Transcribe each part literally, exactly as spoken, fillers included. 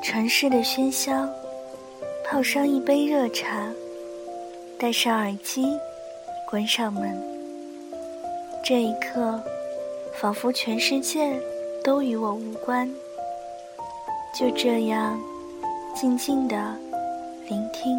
城市的喧嚣，泡上一杯热茶，戴上耳机，关上门。这一刻，仿佛全世界都与我无关。就这样，静静地聆听。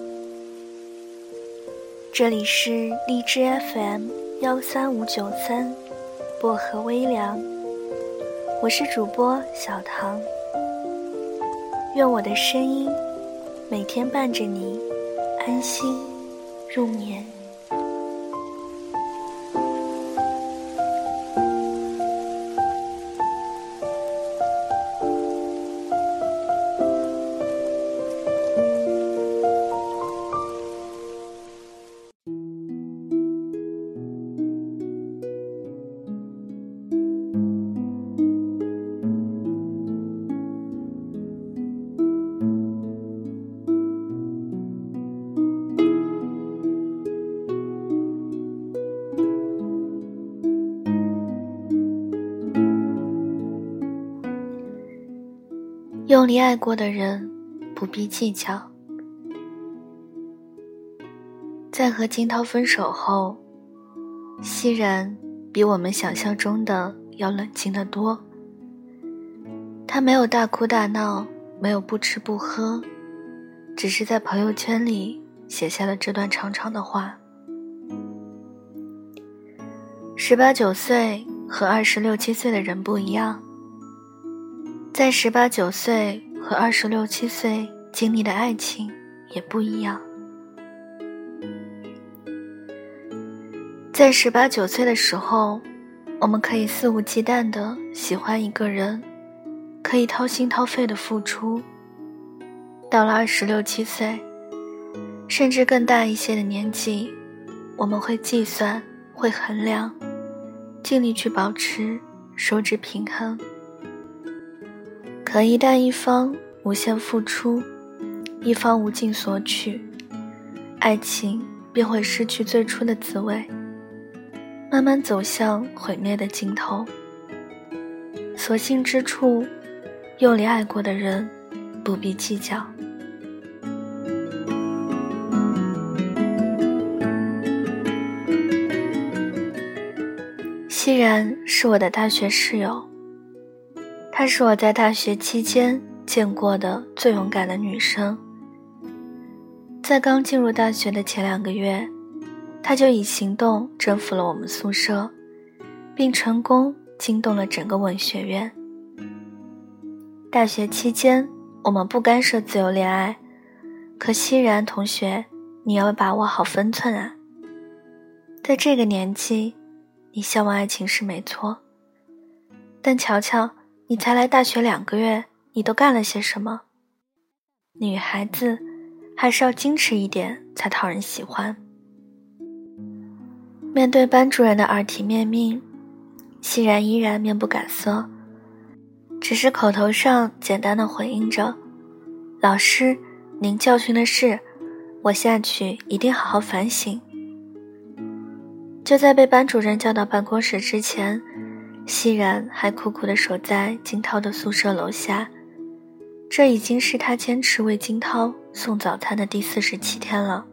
这里是荔枝 F M 幺三五九三，薄荷微凉，我是主播小唐。愿我的声音每天伴着你安心入眠。用力爱过的人不必计较。在和金涛分手后，熙然比我们想象中的要冷静得多。他没有大哭大闹，没有不吃不喝，只是在朋友圈里写下了这段长长的话。十八九岁和二十六七岁的人不一样，在十八九岁和二十六七岁经历的爱情也不一样。在十八九岁的时候，我们可以肆无忌惮地喜欢一个人，可以掏心掏肺地付出。到了二十六七岁，甚至更大一些的年纪，我们会计算，会衡量，尽力去保持收支平衡。可一旦一方无限付出，一方无尽索取，爱情便会失去最初的滋味，慢慢走向毁灭的尽头。所幸之处，用力爱过的人不必计较。熙然是我的大学室友，她是我在大学期间见过的最勇敢的女生。在刚进入大学的前两个月，她就以行动征服了我们宿舍，并成功惊动了整个文学院。大学期间，我们不干涉自由恋爱，可熙然同学，你要把握好分寸啊！在这个年纪，你向往爱情是没错，但瞧瞧你才来大学两个月，你都干了些什么？女孩子还是要矜持一点才讨人喜欢。面对班主任的耳提面命，熙然依然面不改色，只是口头上简单的回应着：老师，您教训的是，我下去一定好好反省。就在被班主任叫到办公室之前，熙然还苦苦地守在金涛的宿舍楼下，这已经是他坚持为金涛送早餐的第四十七天了。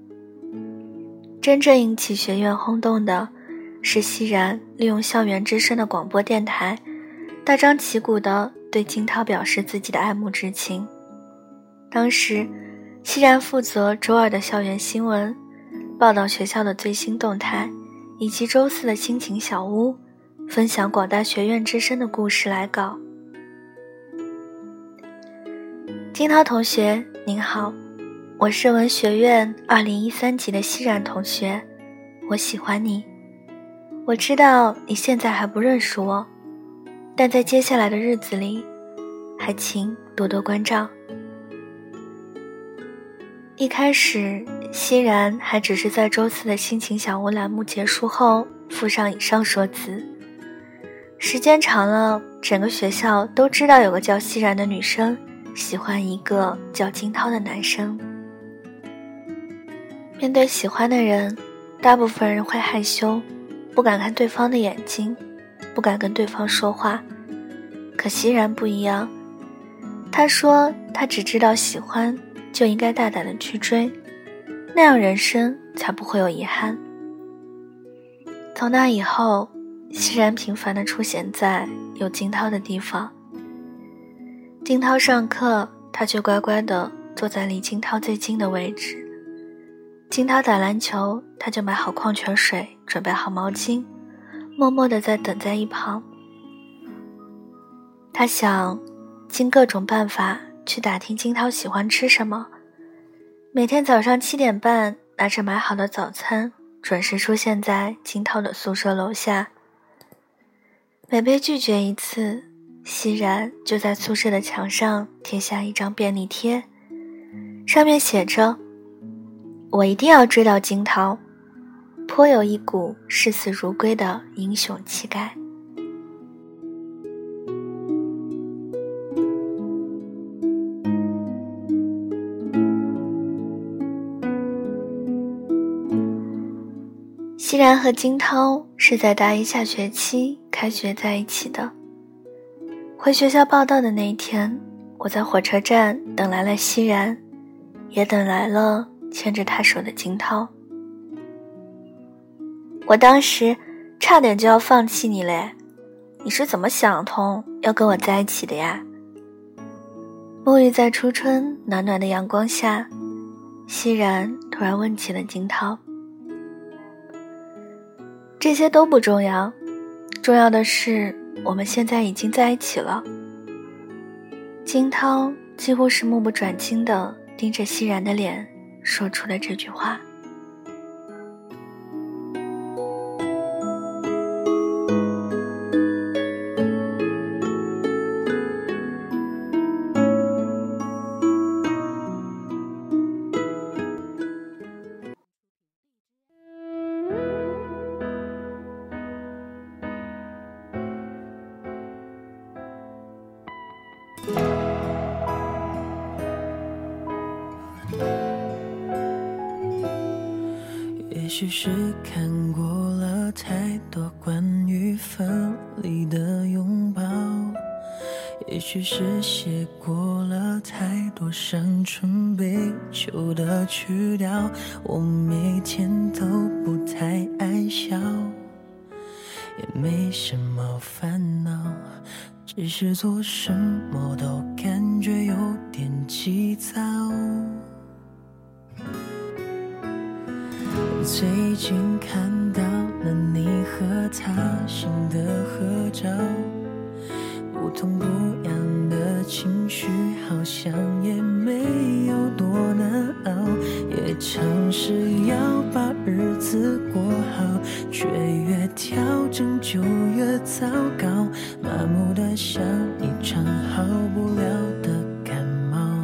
真正引起学院轰动的是熙然利用校园之声的广播电台，大张旗鼓地对金涛表示自己的爱慕之情。当时熙然负责周二的校园新闻，报道学校的最新动态，以及周四的心情小屋，分享广大学院之声的故事来稿。金涛同学您好，我是文学院二零一三级的熙然同学，我喜欢你。我知道你现在还不认识我，但在接下来的日子里，还请多多关照。一开始，熙然还只是在周四的心情小屋栏目结束后附上以上说辞。时间长了，整个学校都知道有个叫熙然的女生喜欢一个叫金涛的男生。面对喜欢的人，大部分人会害羞，不敢看对方的眼睛，不敢跟对方说话。可熙然不一样， 他说他只知道喜欢就应该大胆的去追，那样人生才不会有遗憾。从那以后，熙然频繁地出现在有金涛的地方。金涛上课，他却乖乖地坐在离金涛最近的位置。金涛打篮球，他就买好矿泉水，准备好毛巾，默默地在等在一旁。他想尽各种办法去打听金涛喜欢吃什么，每天早上七点半拿着买好的早餐，准时出现在金涛的宿舍楼下。每被拒绝一次，熙然就在宿舍的墙上贴下一张便利贴，上面写着：我一定要追到金涛，颇有一股视死如归的英雄气概。熙然和金涛是在大一下学期开学在一起的。回学校报到的那一天，我在火车站等来了熙然，也等来了牵着他手的金涛。我当时差点就要放弃你嘞，你是怎么想通要跟我在一起的呀？沐浴在初春暖暖的阳光下，熙然突然问起了金涛。这些都不重要，重要的是我们现在已经在一起了。金涛几乎是目不转睛地盯着熙然的脸，说出了这句话。 也许是看过了太多关于分离的拥抱，也许是写过了太多伤春悲秋的曲调，我每天都不太爱笑，也没什么烦恼，只是做什么都感觉有点急躁。最近看到了你和他新的合照，不痛不痒的情绪好像也没有多难熬，也尝试要把日子过好，却越调整就越糟糕，麻木的像一场好不了的感冒。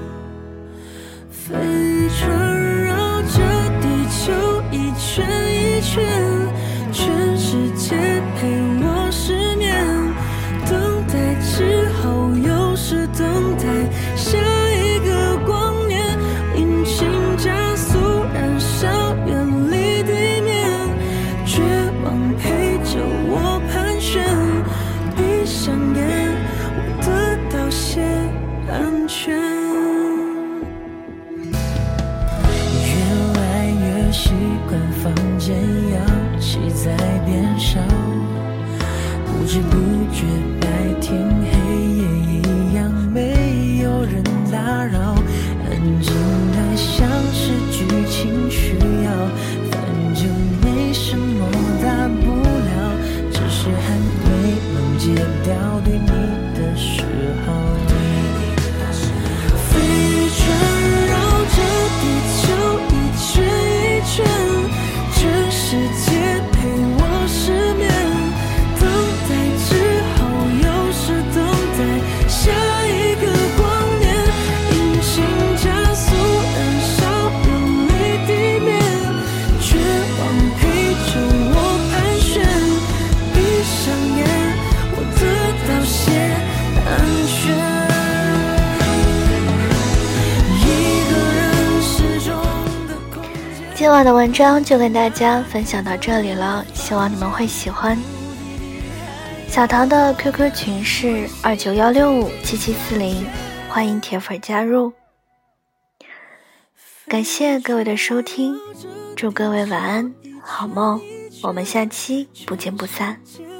飞船绕着地球一圈一圈，全世界陪我十年，等待之后又是等待下一个光年，引擎加速燃烧远离地面，绝望陪着我盘旋，闭上眼我得到些安全。习惯房间氧气在变少，不知不觉白天黑夜一样没有人打扰，安静的像是剧情需要，反正没什么大不了，只是还没能戒掉对你的嗜好。飞船绕着地球一圈，全世界陪我失眠，等待之后又是等待下一个光年，引擎加速燃烧远离地面，绝望陪着我盘旋，闭上眼我得到些安全。 今晚的文章就跟大家分享到这里了，希望你们会喜欢。小唐的 Q Q 群是二九一六五七七四零， 欢迎铁粉加入。感谢各位的收听，祝各位晚安好梦，我们下期不见不散。